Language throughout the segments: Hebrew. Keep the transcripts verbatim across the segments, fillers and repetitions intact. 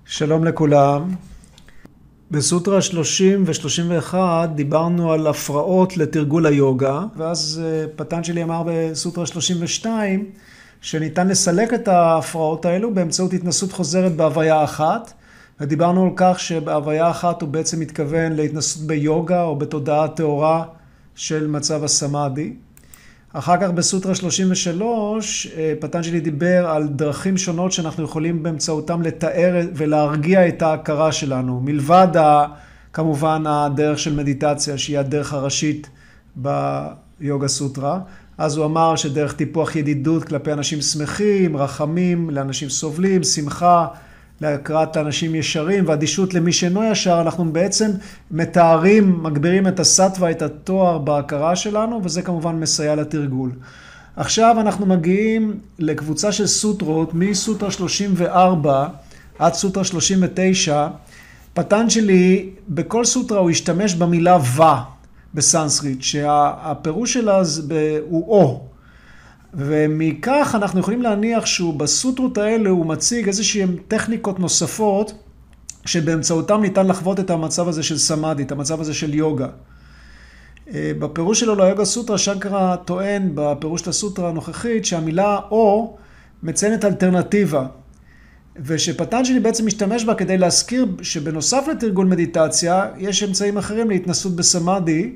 שלום לכולם. בסוטרה שלושים ו-שלושים ואחת דיברנו על הפרעות לתרגול היוגה, ואז פטנג'לי אמר בסוטרה שלושים ושתיים שניתן לסלק את ההפרעות האלו באמצעות התנסות חוזרת בהוויה אחת, ודיברנו על כך שבהוויה אחת הוא בעצם מתכוון להתנסות ביוגה או בתודעה טהורה של מצב הסמאדי. אחר כך בסוטרה שלושים ושלוש פטנג'לי דיבר על דרכים שונות שאנחנו יכולים באמצעותם לתאר ולהרגיע את ההכרה שלנו, מלבד כמובן הדרך של מדיטציה שהיא הדרך הראשית ביוגה סוטרה. אז הוא אמר שדרך טיפוח ידידות כלפי אנשים שמחים, רחמים לאנשים סובלים, שמחה להכרת אנשים ישרים ואדישות למי שאינו ישר, אנחנו בעצם מתארים, מגבירים את הסטווה, את התואר בהכרה שלנו, וזה כמובן מסייע לתרגול. עכשיו אנחנו מגיעים לקבוצה של סוטרות, מסוטרה שלושים וארבע עד סוטרה שלושים ותשע. פטנג'לי, בכל סוטרה הוא השתמש במילה ו בסנסקריט, שהפירוש שלה הוא או. ומכך אנחנו יכולים להניח שהוא בסוטרות האלה הוא מציג איזושהי טכניקות נוספות שבאמצעותם ניתן לחוות את המצב הזה של סמאדי, את המצב הזה של יוגה. בפירוש שלו ליוגה סוטרה, שנקרה טוען בפירוש לסוטרה הנוכחית שהמילה או מציינת אלטרנטיבה, ושפטנג'לי בעצם משתמש בה כדי להזכיר שבנוסף לתרגול מדיטציה יש אמצעים אחרים להתנסות בסמאדי,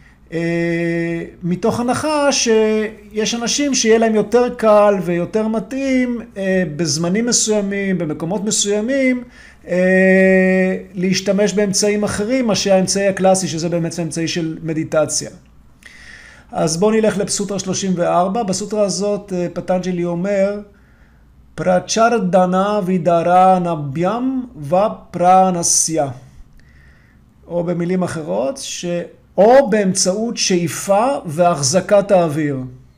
מתוך הנחה שיש אנשים שיהיה להם יותר קל ויותר מתאים בזמנים מסוימים, במקומות מסוימים, להשתמש באמצעים אחרים, מה שהאמצעי הקלאסי, שזה באמת האמצעי של מדיטציה. אז בואו נלך לסוטרה שלושים וארבע. בסוטרה הזאת פטנג'לי אומר, פרצ'רדנה וידרה נביям ופרנסיה. או במילים אחרות, ש... או באמצעות שאיפה והחזקת האוויר.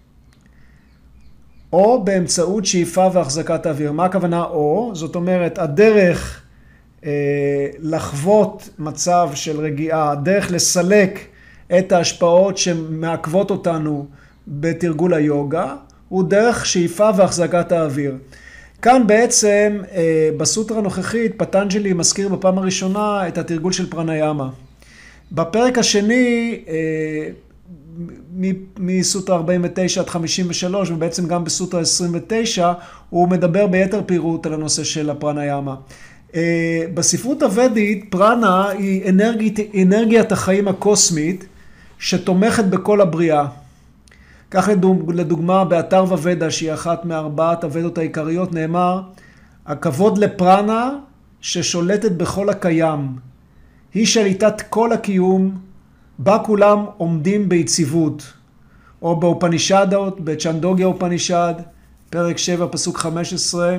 או באמצעות שאיפה והחזקת האוויר. מה הכוונה או? זאת אומרת, הדרך אה, לחוות מצב של רגיעה, הדרך לסלק את ההשפעות שמעכבות אותנו בתרגול היוגה, הוא דרך שאיפה והחזקת האוויר. כאן בעצם, אה, בסוטרה הנוכחית, פטנג'לי מזכיר בפעם הראשונה את התרגול של פרניאמה. בפרק השני, מסוטרה ארבעים ותשע עד חמישים ושלוש, ובעצם גם בסוטרה עשרים ותשע, הוא מדבר ביתר פירוט על הנושא של הפרניאמה. בספרות הוודית, פרנה היא אנרגיית, אנרגיית החיים הקוסמית, שתומכת בכל הבריאה. כך לדוגמה, באתר ווודה, שהיא אחת מארבעת הוודות העיקריות, נאמר, הכבוד לפרנה ששולטת בכל הקיים. היא שליטת כל הקיום, בה כולם עומדים ביציבות. או באופנישדות, בצ'נדוגיה אופנישד, פרק שבע, פסוק חמש עשרה,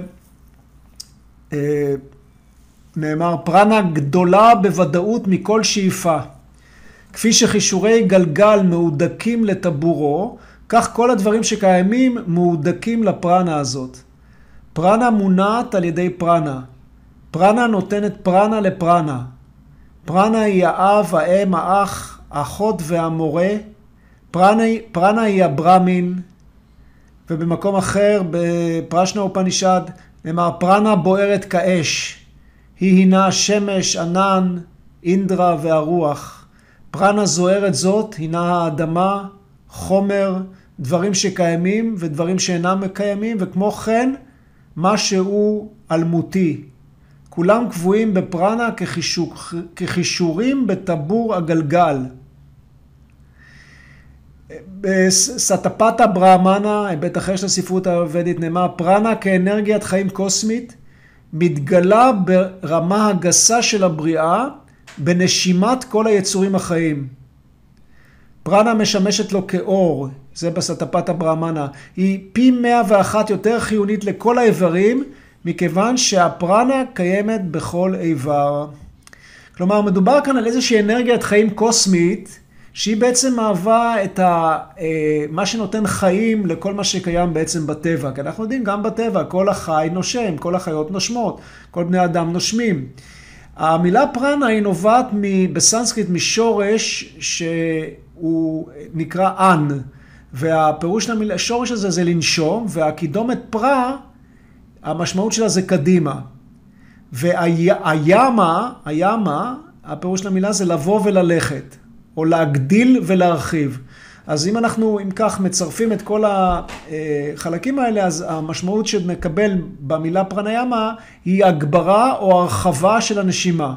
נאמר, פרנה גדולה בוודאות מכל שאיפה. כפי שחישורי גלגל מהודקים לטבורו, כך כל הדברים שקיימים מהודקים לפרנה הזאת. פרנה מונעת על ידי פרנה. פרנה נותנת פרנה לפרנה. פרנה היא האב, האם, האח, האחות והמורה. פרנה, פרנה היא הברמין. ובמקום אחר, בפרשנה אופנישד, נאמר, פרנה בוערת כאש. היא הינה שמש, ענן, אינדרה והרוח. פרנה זוהרת זאת, הינה האדמה, חומר, דברים שקיימים ודברים שאינם קיימים, וכמו כן, משהו אלמותי. כולם קבועים בפרנה כחישור, כחישורים בטבור הגלגל. בסטפתה ברהמנה, היבט אחר של הספרות הוודית, נאמר, פרנה כאנרגיית חיים קוסמית, מתגלה ברמה הגסה של הבריאה, בנשימת כל היצורים החיים. פרנה משמשת לו כאור, זה בסטפתה ברהמנה, היא פי מאה ואחת יותר חיונית לכל האיברים, מכיוון שהפרנה קיימת בכל איבר. כלומר, מדובר כאן על איזושהי אנרגיית חיים קוסמית, שהיא בעצם מהווה את ה, מה שנותן חיים לכל מה שקיים בעצם בטבע. כי אנחנו יודעים, גם בטבע, כל החי נושם, כל החיות נושמות, כל בני אדם נושמים. המילה פרנה היא נובעת בסנסקריט משורש שהוא נקרא אן, והפירוש של השורש הזה זה לנשום, והקידומת פרה, המשמעות שלה זה קדימה. והימה, הימה, הפירוש של המילה זה לבוא וללכת, או להגדיל ולהרחיב. אז אם אנחנו, אם כך, מצרפים את כל החלקים האלה, אז המשמעות שנקבל במילה פרניאמה היא הגברה או הרחבה של הנשימה.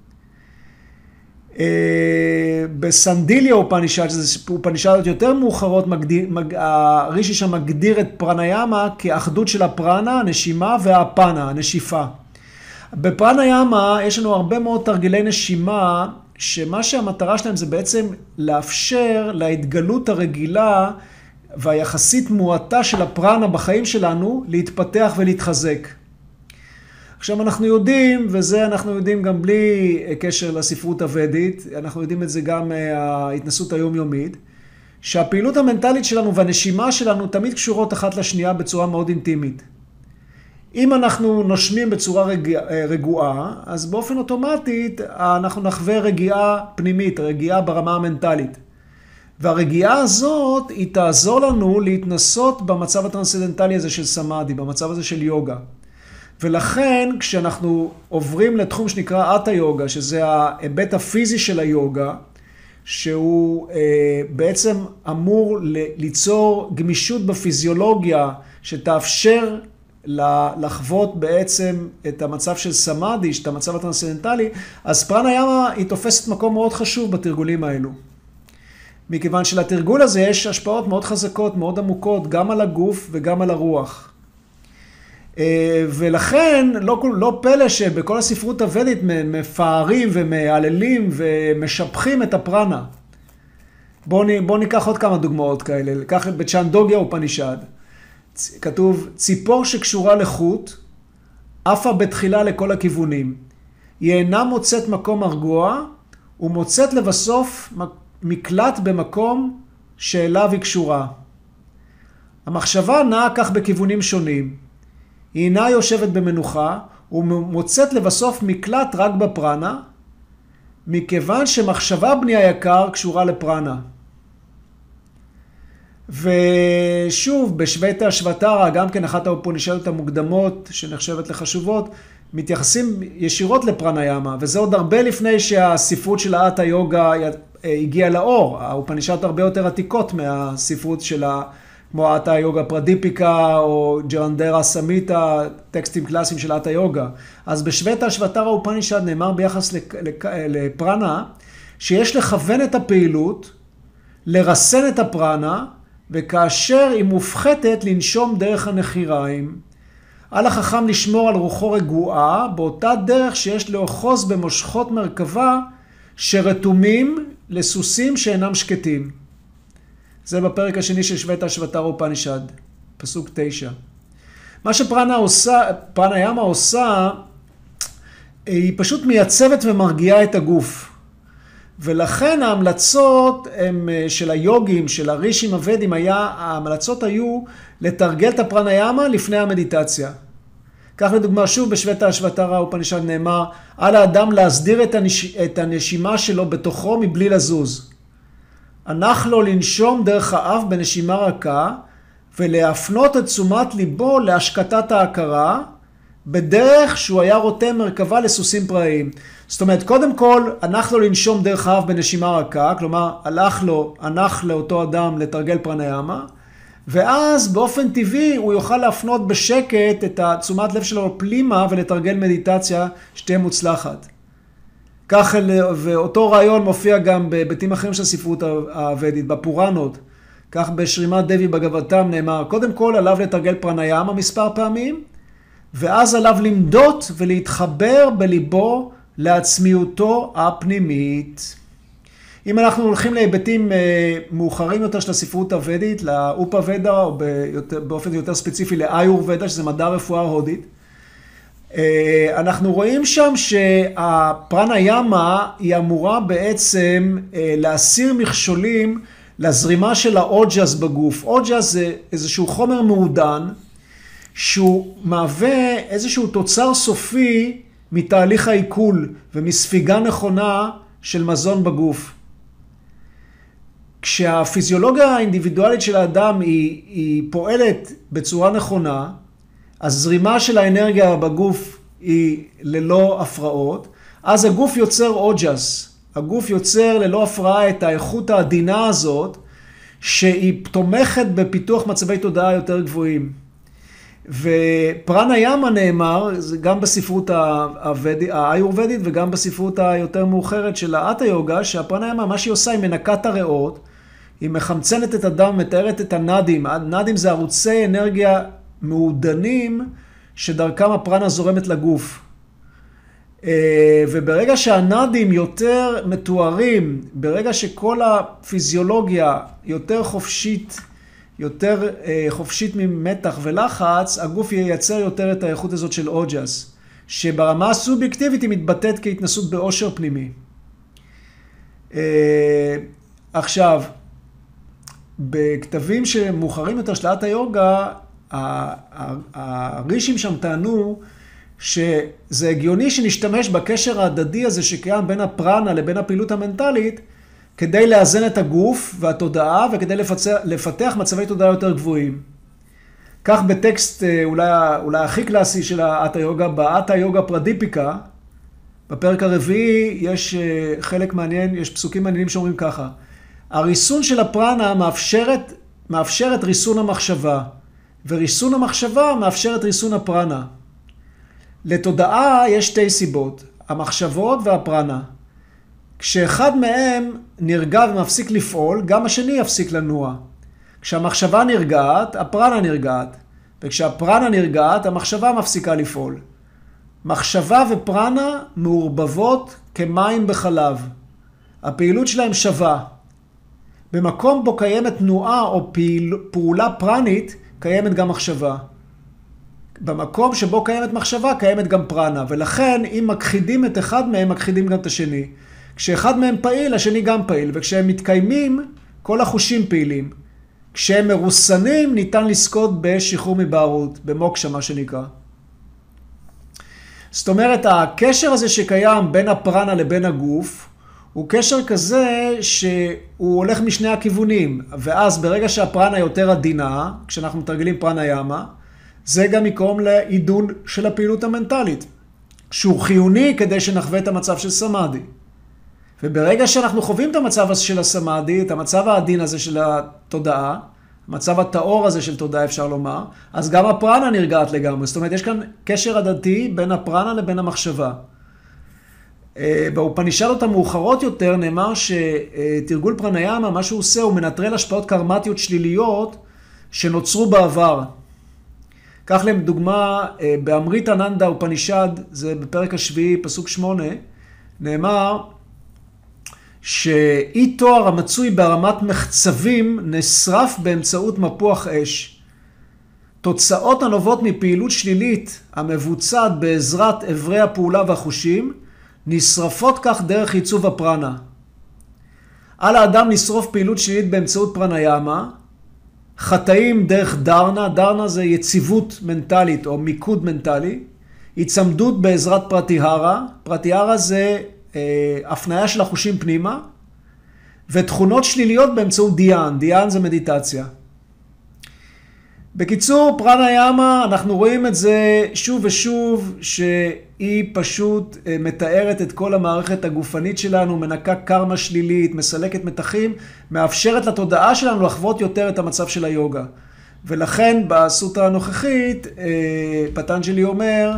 בסנדיליה אופנישד, שזה אופנישדות יותר מאוחרות, הרישי שם מגדיר את פרניאמה כאחדות של הפרנה, הנשימה, והפנה, הנשיפה. בפרניאמה יש לנו הרבה מאוד תרגילי נשימה, שמה שהמטרה שלהם זה בעצם לאפשר להתגלות הרגילה והיחסית מועטה של הפרנה בחיים שלנו להתפתח ולהתחזק. עכשיו אנחנו יודעים, וזה אנחנו יודעים גם בלי קשר לספרות הוודית, אנחנו יודעים את זה גם מההתנסות היומיומית, שהפעילות המנטלית שלנו והנשימה שלנו תמיד קשורות אחת לשנייה בצורה מאוד אינטימית. אם אנחנו נושמים בצורה רגוע, רגועה, אז באופן אוטומטית אנחנו נחווה רגיעה פנימית, רגיעה ברמה המנטלית. והרגיעה הזאת היא תעזור לנו להתנסות במצב הטרנסצנדנטלי הזה של סמאדי, במצב הזה של יוגה. ולכן כשאנחנו עוברים לתחום שנקרא אטה יוגה, שזה ההיבט הפיזי של היוגה, שהוא אה, בעצם אמור ליצור גמישות בפיזיולוגיה שתאפשר לחוות בעצם את המצב של סמאדי, את המצב הטרנסצנדנטלי, אז פרניאמה היא תופסת מקום מאוד חשוב בתרגולים האלו. מכיוון שלתרגול הזה יש השפעות מאוד חזקות, מאוד עמוקות, גם על הגוף וגם על הרוח. ולכן לא, לא פלא שבכל הספרות הוודית מפארים ומהללים ומשבחים את הפרנה. בואו בוא ניקח עוד כמה דוגמאות כאלה. קח בצ'אנדוגיה אופנישד. כתוב, ציפור שקשורה לחוט, עפה בתחילה לכל הכיוונים. היא אינה מוצאת מקום הרגוע, ומוצאת לבסוף מקלט במקום שאליו היא קשורה. המחשבה נעה כך בכיוונים שונים. היא אינה יושבת במנוחה, ומוצאת לבסוף מקלט רק בפרנה, מכיוון שמחשבה בני היקר קשורה לפרנה. ושוב, בשוויתא אשווטרה, גם כן אחת האופנישדות המוקדמות שנחשבת לחשובות, מתייחסים ישירות לפרניאמה, וזה עוד הרבה לפני שהספרות של האטה יוגה הגיעה לאור. האופנישדות הרבה יותר עתיקות מהספרות של ה... כמו האטה יוגה פרדיפיקה או ג'רנדרה סמיתה, טקסטים קלאסיים של האטה יוגה. אז בשוויתא אשווטרה אופנישד נאמר ביחס לפרנה, שיש לכוון את הפעילות, לרסן את הפרנה, וכאשר היא מופחתת לנשום דרך הנחיריים, על החכם לשמור על רוחו רגועה, באותה דרך שיש לאחוז במושכות מרכבה שרתומים לסוסים שאינם שקטים. זה בפרק השני של שוויתא אשווטרה אופנישד, פסוק תשע. מה שפרנה עושה, פרניאמה עושה, היא פשוט מייצבת ומרגיעה את הגוף. ולכן ההמלצות הם, של היוגים, של הרישים הוודים, היה, ההמלצות היו לתרגל את הפרניאמה לפני המדיטציה. כך לדוגמה, שוב בשוויתא אשווטרה אופנישד נאמר, על האדם להסדיר את, הנש... את הנשימה שלו בתוכו מבלי לזוז. הנח לו לנשום דרך האף בנשימה רכה, ולהפנות את תשומת ליבו להשקטת ההכרה, בדרך שהוא היה רותם מרכבה לסוסים פראיים. זאת אומרת, קודם כל, הנח לו לנשום דרך האף בנשימה רכה, כלומר, הלך לו, הנח לאותו אדם לתרגל פרניאמה, ואז באופן טבעי הוא יוכל להפנות בשקט את תשומת לב שלו פלימה ולתרגל מדיטציה שתהיה מוצלחת. כך, ואותו רעיון מופיע גם בביתים אחרים של הספרות הוודית, בפורנות. כך בשרימת דבי בגבתם נאמר, קודם כל עליו לתרגל פרניאמה מספר פעמים, ואז עליו למדות ולהתחבר בליבו לעצמיותו הפנימית. אם אנחנו הולכים להיבטים מאוחרים יותר של הספרות הוודית, לאופה ודה, או באופן יותר ספציפי לאיור ודה, שזה מדע רפואה הודית, אנחנו רואים שם שהפרניאמה היא אמורה בעצם להסיר מכשולים לזרימה של האוג'אז בגוף. אוג'אז זה איזשהו חומר מעודן, שהוא מהווה איזשהו תוצר סופי מתהליך העיכול ומספיגה נכונה של מזון בגוף. כשהפיזיולוגיה האינדיבידואלית של האדם היא, היא פועלת בצורה נכונה, הזרימה של האנרגיה בגוף היא ללא הפרעות, אז הגוף יוצר אוג'ס. הגוף יוצר ללא הפרעה את האיכות העדינה הזאת, שהיא תומכת בפיתוח מצבי תודעה יותר גבוהים. ופרנה ימה נאמר, גם בספרות האיורבדית וגם בספרות היותר מאוחרת של האטה יוגה, שהפרנה ימה, מה שהיא עושה, היא מנקת הריאות, היא מחמצנת את הדם, מתארת את הנדים. הנדים זה ערוצי אנרגיה מעודנים, שדרכם הפרנה זורמת לגוף. וברגע שהנדים יותר מתוארים, ברגע שכל הפיזיולוגיה יותר חופשית, יותר חופשית ממתח ולחץ, הגוף ייצר יותר את האיכות הזאת של אוג'ס, שברמה הסובייקטיבית היא מתבטאת כהתנסות באושר פנימי. עכשיו, בכתבים שמאוחרים יותר של האטה יוגה, הרישים שם טענו שזה הגיוני שנשתמש בקשר ההדדי הזה שקיים בין הפרנה לבין הפעילות המנטלית, כדי לאזן את הגוף והתודעה וכדי לפצח, לפתח מצבי תודעה יותר גבוהים. כך בטקסט אולי, אולי הכי קלאסי של האטה יוגה, באטה יוגה פרדיפיקה, בפרק הרביעי יש חלק מעניין, יש פסוקים מעניינים שאומרים ככה: הריסון של הפרנה מאפשרת, מאפשרת ריסון המחשבה, וריסון המחשבה מאפשרת ריסון הפרנה. לתודעה יש שתי סיבות, המחשבות והפרנה. כשאחד מהם נרגע ומפסיק לפעול, גם השני יפסיק לנוע. כשהמחשבה נרגעת, הפרנה נרגעת. וכשהפרנה נרגעת, המחשבה מפסיקה לפעול. מחשבה ופרנה מעורבבות כמים בחלב. הפעילות שלהם שווה. במקום בו קיימת תנועה או פעיל, פעולה פרנית, קיימת גם מחשבה. במקום שבו קיימת מחשבה, קיימת גם פרנה. ולכן, אם מכחידים את אחד מהם, מכחידים גם את השני. כשאחד מהם פעיל, השני גם פעיל. וכשהם מתקיימים, כל החושים פעילים. כשהם מרוסנים, ניתן לזכות בשחרור מבערות, במוקשה, מה שנקרא. זאת אומרת, הקשר הזה שקיים בין הפרנה לבין הגוף, הוא קשר כזה שהוא הולך משני הכיוונים. ואז ברגע שהפרנה יותר עדינה, כשאנחנו מתרגלים פרנה ימה, זה גם יקום לעידון של הפעילות המנטלית, שהוא חיוני כדי שנחווה את המצב של סמאדי. וברגע שאנחנו חווים את המצב הזה של הסמאדי, את המצב העדין הזה של התודעה, המצב הטהור הזה של תודעה אפשר לומר, אז גם הפרנה נרגעת לגמרי. זאת אומרת, יש כאן קשר הדדי בין הפרנה לבין המחשבה. באופנישדות המאוחרות יותר נאמר שתרגול פרניאמה, מה שהוא עושה, הוא מנטרל השפעות קרמטיות שליליות שנוצרו בעבר. כך לדוגמה, באמריטה ננדה אופנישד, זה בפרק השביעי, פסוק שמונה, נאמר שאי תואר המצוי בהרמת מחצבים נשרף באמצעות מפוח אש. תוצאות הנובעות מפעילות שלילית המבוצעת בעזרת אברי הפעולה והחושים, נשרפות כך דרך עיצוב הפרנה. על האדם לשרוף פעילות שלילית באמצעות פרניאמה, חטאים דרך דרנה, דרנה זה יציבות מנטלית או מיקוד מנטלי, הצמדות בעזרת פרטיהרה, פרטיהרה זה אה, הפניה של החושים פנימה, ותכונות שליליות באמצעות דיאן, דיאן זה מדיטציה. בקיצור, פרניאמה, אנחנו רואים את זה שוב ושוב, שהיא פשוט מתארת את כל המערכת הגופנית שלנו, מנקה קרמה שלילית, מסלקת מתחים, מאפשרת לתודעה שלנו לחוות יותר את המצב של היוגה. ולכן בסוטרה הנוכחית, פטנג'לי אומר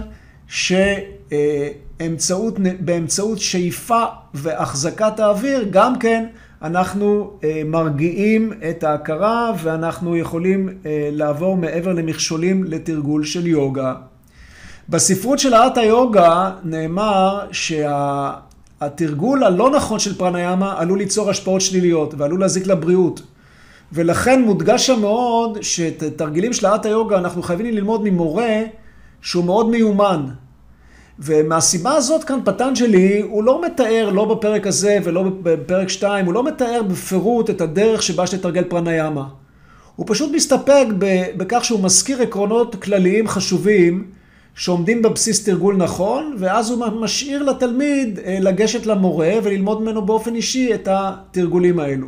שבאמצעות שאיפה והחזקת האוויר, גם כן, אנחנו מרגיעים את ההכרה ואנחנו יכולים לעבור מעבר למכשולים לתרגול של יוגה. בספרות של האטה יוגה נאמר שהתרגול הלא נכון של פרניאמה עלול ליצור השפעות שליליות ועלול להזיק לבריאות. ולכן מודגש שם מאוד שתרגילים של האטה יוגה אנחנו חייבים ללמוד ממורה שהוא מאוד מיומן. ומהסיבה הזאת כאן פטנג'לי הוא לא מתאר, לא בפרק הזה ולא בפרק שתיים, הוא לא מתאר בפירוט את הדרך שבה שתתרגל פרניאמה. הוא פשוט מסתפק בכך שהוא מזכיר עקרונות כלליים חשובים שעומדים בבסיס תרגול נכון, ואז הוא משאיר לתלמיד לגשת למורה וללמוד ממנו באופן אישי את התרגולים האלו.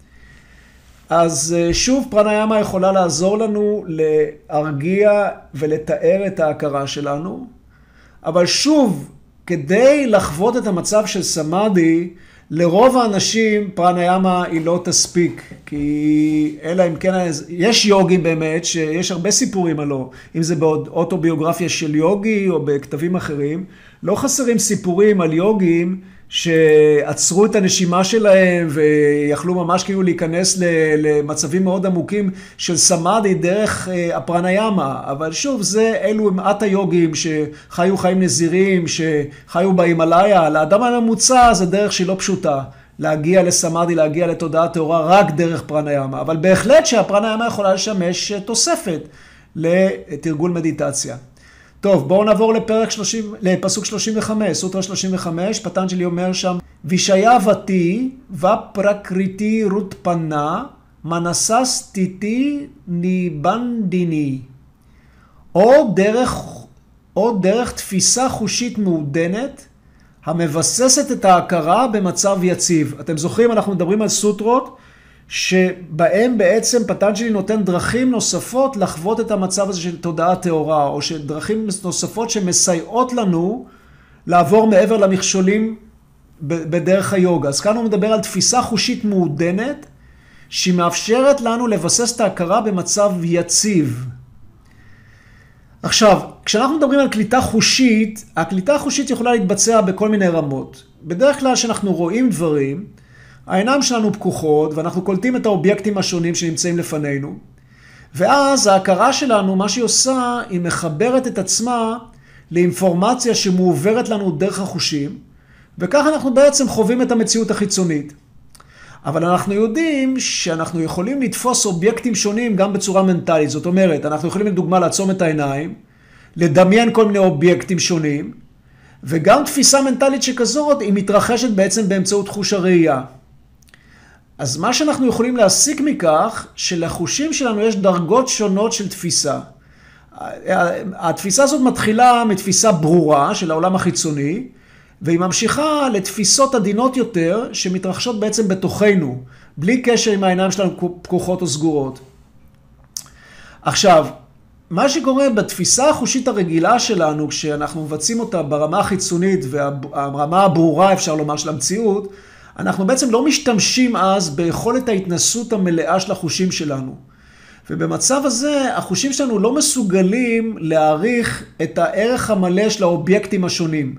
אז שוב, פרניאמה יכולה לעזור לנו להרגיע ולתאר את ההכרה שלנו. אבל שוב, כדי לחוות את המצב של סמאדי, לרוב האנשים פרניאמה היא לא תספיק, כי אלא אם כן, יש יוגים באמת, שיש הרבה סיפורים עלו, אם זה באוטוביוגרפיה של יוגי או בכתבים אחרים, לא חסרים סיפורים על יוגים שעצרו את הנשימה שלהם ויכלו ממש כאילו להיכנס למצבים מאוד עמוקים של סמאדי דרך הפרניאמה. אבל שוב, זה אלו הם מעט היוגים שחיו חיים נזירים, שחיו בהימאליה. לאדם הממוצע זה דרך שהיא לא פשוטה. להגיע לסמאדי, להגיע לתודעה טהורה רק דרך פרניאמה. אבל בהחלט שהפרניאמה יכולה לשמש תוספת לתרגול מדיטציה. טוב, בואו נעבור לפרק שלושים, לפסוק שלושים וחמש, סוטרה שלושים וחמש, פטנג'לי אומר שם, וישייבתי ופרקריטי רותפנה, מנססטיתי ניבנדיני. או דרך, או דרך תפיסה חושית מעודנת, המבססת את ההכרה במצב יציב. אתם זוכרים, אנחנו מדברים על סוטרות, שבהם בעצם פטנג'לי נותן דרכים נוספות לחוות את המצב הזה של תודעה טהורה, או דרכים נוספות שמסייעות לנו לעבור מעבר למכשולים בדרך היוגה. אז כאן הוא מדבר על תפיסה חושית מעודנת, שהיא מאפשרת לנו לבסס את ההכרה במצב יציב. עכשיו, כשאנחנו מדברים על קליטה חושית, הקליטה החושית יכולה להתבצע בכל מיני רמות. בדרך כלל שאנחנו רואים דברים, העיניים שלנו פקוחות, ואנחנו קולטים את האובייקטים השונים שנמצאים לפנינו. ואז ההכרה שלנו, מה שהיא עושה, היא מחברת את עצמה לאינפורמציה שמועברת לנו דרך החושים, וכך אנחנו בעצם חווים את המציאות החיצונית. אבל אנחנו יודעים שאנחנו יכולים לתפוס אובייקטים שונים גם בצורה מנטלית. זאת אומרת, אנחנו יכולים לדוגמה לעצום את העיניים, לדמיין כל מיני אובייקטים שונים, וגם תפיסה מנטלית שכזאת היא מתרחשת בעצם באמצעות חוש הראייה. אז מה שאנחנו יכולים להסיק מכך, שלחושים שלנו יש דרגות שונות של תפיסה. התפיסה הזאת מתחילה מתפיסה ברורה של העולם החיצוני, והיא ממשיכה לתפיסות עדינות יותר, שמתרחשות בעצם בתוכנו, בלי קשר עם העיניים שלנו פקוחות או סגורות. עכשיו, מה שקורה בתפיסה החושית הרגילה שלנו, כשאנחנו מבצעים אותה ברמה החיצונית, והרמה הברורה אפשר לומר של המציאות, אנחנו בעצם לא משתמשים אז ביכולת ההתנסות המלאה של החושים שלנו. ובמצב הזה, החושים שלנו לא מסוגלים להעריך את הערך המלא של האובייקטים השונים.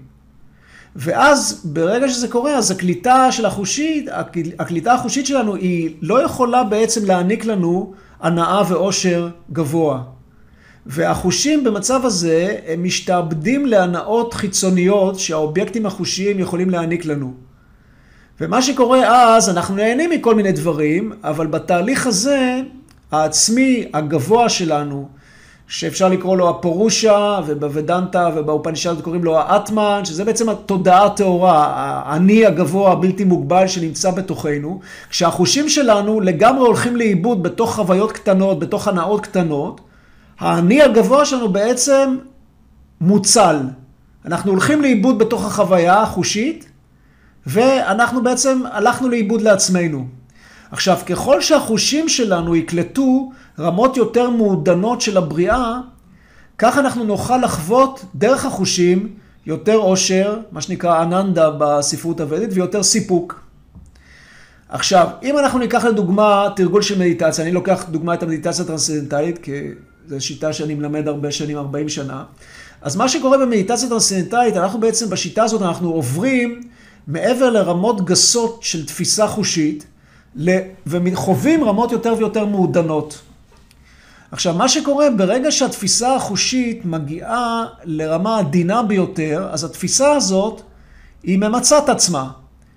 ואז ברגע שזה קורה, אז הקליטה של החושית, הקליטה החושית שלנו היא לא יכולה בעצם להעניק לנו הנאה ואושר גבוה. והחושים במצב הזה הם משתעבדים להנאות חיצוניות שהאובייקטים החושיים יכולים להעניק לנו. ומה שקורה אז, אנחנו נהנים מכל מיני דברים, אבל בתהליך הזה, העצמי הגבוה שלנו, שאפשר לקרוא לו הפורושה, ובוודנטה ובאופנישדות קוראים לו האטמן, שזה בעצם התודעה הטהורה, האני הגבוה הבלתי מוגבל שנמצא בתוכנו, כשהחושים שלנו לגמרי הולכים לאיבוד בתוך חוויות קטנות, בתוך הנאות קטנות, האני הגבוה שלנו בעצם מוצל. אנחנו הולכים לאיבוד בתוך החוויה החושית, ואנחנו בעצם הלכנו לאיבוד לעצמנו. עכשיו, ככל שהחושים שלנו יקלטו רמות יותר מעודנות של הבריאה, כך אנחנו נוכל לחוות דרך החושים יותר עושר, מה שנקרא אננדה בספרות הוודית, ויותר סיפוק. עכשיו, אם אנחנו ניקח לדוגמה תרגול של מדיטציה, אני לוקח דוגמה את המדיטציה הטרנסצנדנטלית, כי זו שיטה שאני מלמד הרבה שנים, ארבעים שנה. אז מה שקורה במדיטציה הטרנסצנדנטלית, אנחנו בעצם בשיטה הזאת אנחנו עוברים מעבר לרמות גסות של תפיסה חושית, וחווים רמות יותר ויותר מעודנות. עכשיו, מה שקורה ברגע שהתפיסה החושית מגיעה לרמה עדינה ביותר, אז התפיסה הזאת היא ממצאת עצמה.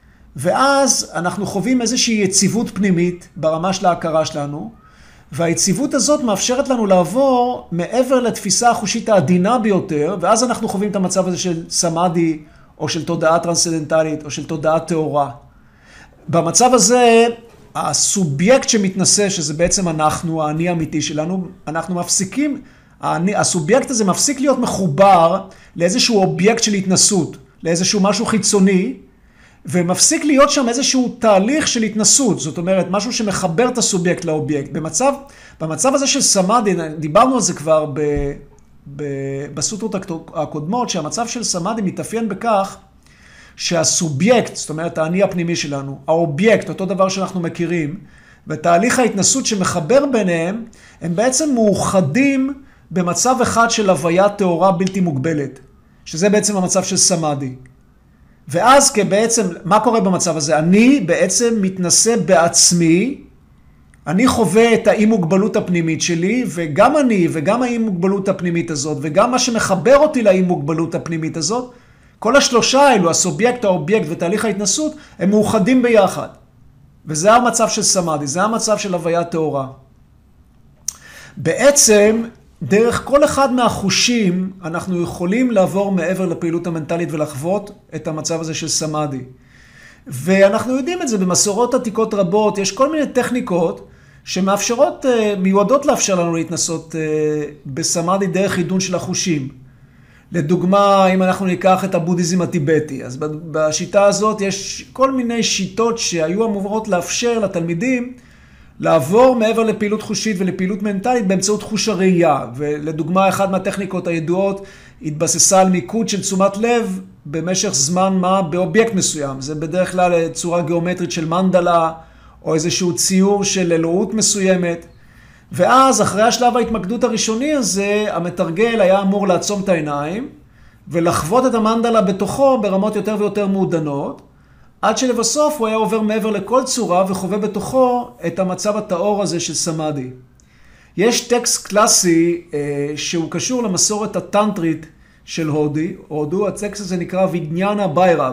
ואז אנחנו חווים איזושהי יציבות פנימית ברמה של ההכרה שלנו, והיציבות הזאת מאפשרת לנו לעבור מעבר לתפיסה החושית העדינה ביותר, ואז אנחנו חווים את המצב הזה של סמאדי, או של תודעה טרנסצנדנטלית, או של תודעה טהורה. במצב הזה, הסובייקט שמתנסה, שזה בעצם אנחנו, האני האמיתי שלנו, אנחנו מפסיקים, האני, הסובייקט הזה מפסיק להיות מחובר לאיזשהו אובייקט של התנסות, לאיזשהו משהו חיצוני, ומפסיק להיות שם איזשהו תהליך של התנסות, זאת אומרת, משהו שמחבר את הסובייקט לאובייקט. במצב, במצב הזה של סמאדי, דיברנו על זה כבר ב, בסוטרות הקודמות, שהמצב של סמאדי מתאפיין בכך שהסובייקט, זאת אומרת האני הפנימי שלנו, האובייקט, אותו דבר שאנחנו מכירים, ותהליך ההתנסות שמחבר ביניהם, הם בעצם מאוחדים במצב אחד של הוויה תאורה בלתי מוגבלת, שזה בעצם המצב של סמאדי. ואז כבעצם, מה קורה במצב הזה? אני בעצם מתנסה בעצמי, אני חווה את האי מוגבלות הפנימית שלי, וגם אני וגם האי מוגבלות הפנימית הזאת, וגם מה שמחבר אותי לאי מוגבלות הפנימית הזאת, כל השלושה האלו, הסובייקט, האובייקט ותהליך ההתנסות, הם מאוחדים ביחד. וזה המצב של סמאדי, זה המצב של הוויה תאורה. בעצם, דרך כל אחד מהחושים, אנחנו יכולים לעבור מעבר לפעילות המנטלית ולחוות את המצב הזה של סמאדי. ואנחנו יודעים את זה במסורות עתיקות רבות, יש כל מיני טכניקות שמאפשרות, מיועדות לאפשר לנו להתנסות בסמאדי דרך עידון של החושים. לדוגמה, אם אנחנו ניקח את הבודהיזם הטיבטי, אז בשיטה הזאת יש כל מיני שיטות שהיו אמורות לאפשר לתלמידים לעבור מעבר לפעילות חושית ולפעילות מנטלית באמצעות חוש הראייה. ולדוגמה, אחת מהטכניקות הידועות התבססה על מיקוד של תשומת לב במשך זמן מה באובייקט מסוים. זה בדרך כלל צורה גיאומטרית של מנדלה או איזשהו ציור של אלוהות מסוימת. ואז אחרי השלב ההתמקדות הראשוני הזה, המתרגל היה אמור לעצום את העיניים ולחוות את המנדלה בתוכו ברמות יותר ויותר מעודנות, עד שלבסוף הוא היה עובר מעבר לכל צורה וחווה בתוכו את המצב הטהור הזה של סמאדי. יש טקסט קלאסי אה, שהוא קשור למסורת הטנטרית של הודי, הודו, הטקסט הזה נקרא ויגניאנה ביירב.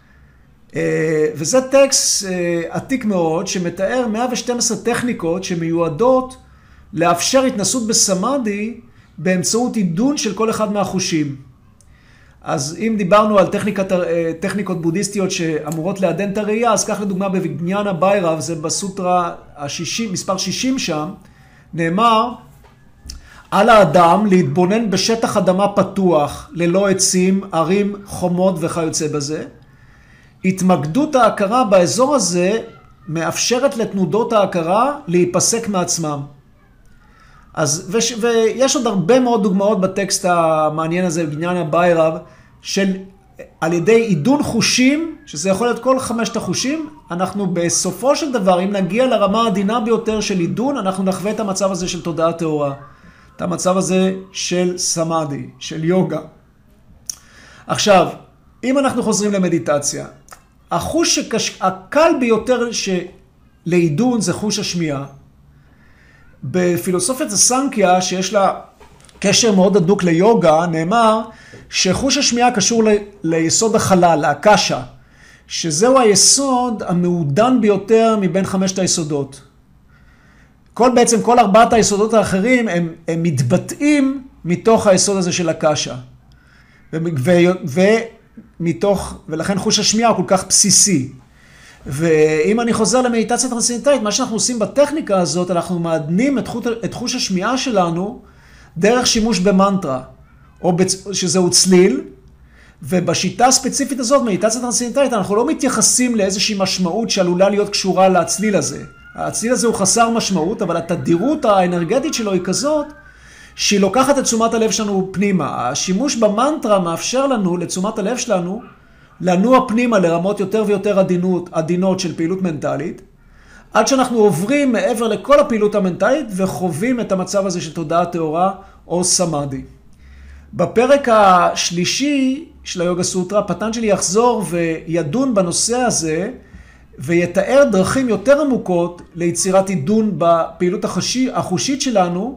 אה, וזה טקסט אה, עתיק מאוד שמתאר מאה ושתים עשרה טכניקות שמיועדות לאפשר התנסות בסמאדי באמצעות עידון של כל אחד מהחושים. אז אם דיברנו על טכניקת, טכניקות בודהיסטיות שאמורות לעדן את הראייה, אז כך לדוגמה בוויגניאנה ביירב, זה בסוטרה השישים, מספר שישים שם, נאמר, על האדם להתבונן בשטח אדמה פתוח, ללא עצים, ערים, חומות וכיוצא בזה. התמקדות ההכרה באזור הזה מאפשרת לתנודות ההכרה להיפסק מעצמם. אז, ו, ויש עוד הרבה מאוד דוגמאות בטקסט המעניין הזה, ויגניאנה ביירב, של על ידי עידון חושים, שזה יכול להיות כל חמשת החושים, אנחנו בסופו של דבר, אם נגיע לרמה העדינה ביותר של עידון, אנחנו נחווה את המצב הזה של תודעה טהורה. את המצב הזה של סמאדי, של יוגה. עכשיו, אם אנחנו חוזרים למדיטציה, החוש שקש... הקל ביותר לעידון זה חוש השמיעה. בפילוסופיית הסנקיה, שיש לה קשר מאוד הדוק ליוגה, נאמר שחוש השמיעה קשור ל... ליסוד החלל, לאקשה, שזהו היסוד המעודן ביותר מבין חמשת היסודות. כל, בעצם כל ארבעת היסודות האחרים הם, הם מתבטאים מתוך היסוד הזה של הקשה. ו... ו... ומתוך, ולכן חוש השמיעה הוא כל כך בסיסי. ואם אני חוזר למדיטציה טרנסצנדנטלית, מה שאנחנו עושים בטכניקה הזאת, אנחנו מעדנים את, חוש, את חוש השמיעה שלנו דרך שימוש במנטרה, או בצ... שזהו צליל, ובשיטה הספציפית הזאת, מדיטציה טרנסצנדנטלית, אנחנו לא מתייחסים לאיזושהי משמעות שעלולה להיות קשורה לצליל הזה. הצליל הזה הוא חסר משמעות, אבל התדירות האנרגטית שלו היא כזאת, שהיא לוקחת את תשומת הלב שלנו פנימה. השימוש במנטרה מאפשר לנו, לתשומת הלב שלנו, לנוע פנימה לרמות יותר ויותר עדינות, עדינות של פעילות מנטלית, עד שאנחנו עוברים מעבר לכל הפעילות המנטלית וחווים את המצב הזה של תודעה טהורה או סמאדי. בפרק השלישי של היוגה סוטרה, פטנג'לי יחזור וידון בנושא הזה, ויתאר דרכים יותר עמוקות ליצירת עידון בפעילות החושי, החושית שלנו,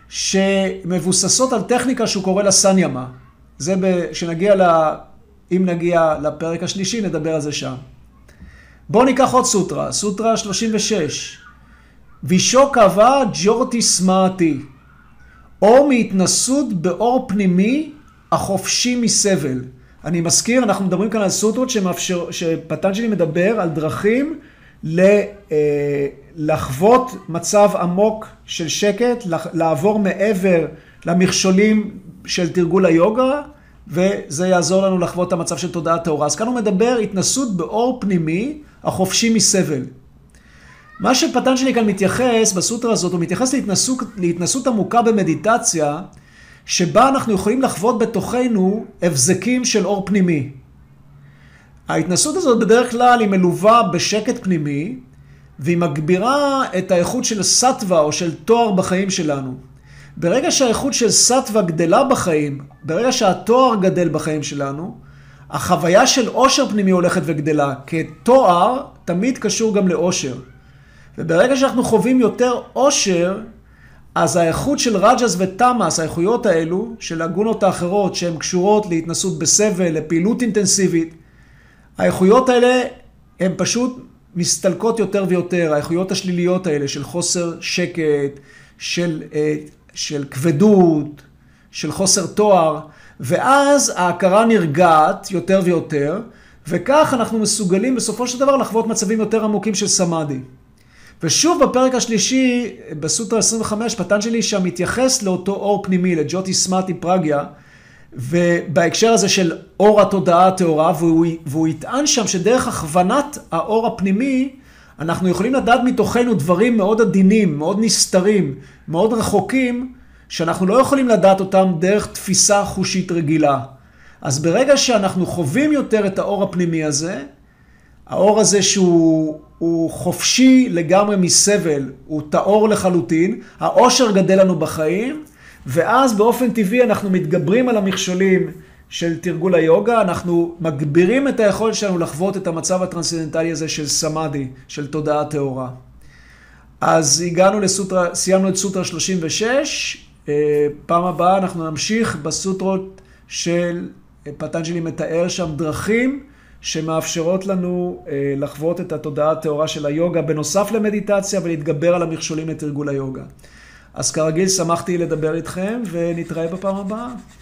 שמבוססות על טכניקה שהוא קורא לה סניאמה. זה כשנגיע ל... אם נגיע לפרק השלישי, נדבר על זה שם. בואו ניקח עוד סוטרה, סוטרה שלושים ושש. וישוקווה ג'ורטי סמאתי, או מהתנסות באור פנימי החופשי מסבל. אני מזכיר, אנחנו מדברים כאן על סוטרות שמאפשר, שפטנג'לי מדבר על דרכים לחוות מצב עמוק של שקט, לעבור מעבר למכשולים של תרגול היוגה, וזה יעזור לנו לחוות את המצב של תודעה טהורה. אז כאן הוא מדבר התנסות באור פנימי החופשי מסבל. מה שפטנג'לי כאן מתייחס בסוטרה הזאת, הוא מתייחס להתנסות, להתנסות עמוקה במדיטציה, שבה אנחנו יכולים לחוות בתוכנו הבזקים של אור פנימי. ההתנסות הזאת בדרך כלל היא מלווה בשקט פנימי, והיא מגבירה את האיכות של סטווה או של תואר בחיים שלנו. ברגע שהאיכות של סטווה גדלה בחיים, ברגע שהתואר גדל בחיים שלנו, החוויה של עושר פנימי הולכת וגדלה, כי תואר תמיד קשור גם לעושר. וברגע שאנחנו חווים יותר עושר, אז האיכות של רג'ס ותמאס, האיכויות האלו, של הגונות האחרות שהן קשורות להתנסות בסבל, לפעילות אינטנסיבית, האיכויות האלה הן פשוט מסתלקות יותר ויותר. האיכויות השליליות האלה של חוסר שקט, של, של כבדות, של חוסר תואר, ואז ההכרה נרגעת יותר ויותר, וכך אנחנו מסוגלים בסופו של דבר לחוות מצבים יותר עמוקים של סמאדי. ושוב בפרק השלישי, בסוטרה עשרים וחמש, פטנג'לי שם מתייחס לאותו אור פנימי, לג'וטי סמאטי פרגיה, ובהקשר הזה של אור התודעה הטהורה, והוא, והוא יטען שם שדרך הכוונת האור הפנימי, אנחנו יכולים לדעת מתוכנו דברים מאוד עדינים, מאוד נסתרים, מאוד רחוקים, שאנחנו לא יכולים לדעת אותם דרך תפיסה חושית רגילה. אז ברגע שאנחנו חווים יותר את האור הפנימי הזה, האור הזה שהוא הוא חופשי לגמרי מסבל, הוא טהור לחלוטין, העושר גדל לנו בחיים, ואז באופן טבעי אנחנו מתגברים על המכשולים של תרגול היוגה, אנחנו מגבירים את היכולת שלנו לחוות את המצב הטרנסצנדנטלי הזה של סמאדי, של תודעה טהורה. אז הגענו לסוטרה, סיימנו את סוטרה שלושים ושש, פעם הבאה אנחנו נמשיך בסוטרות של פטנג'לי מתאר שם דרכים שמאפשרות לנו לחוות את התודעה הטהורה של היוגה בנוסף למדיטציה ולהתגבר על המכשולים לתרגול היוגה. אז כרגיל שמחתי לדבר איתכם ונתראה בפעם הבאה.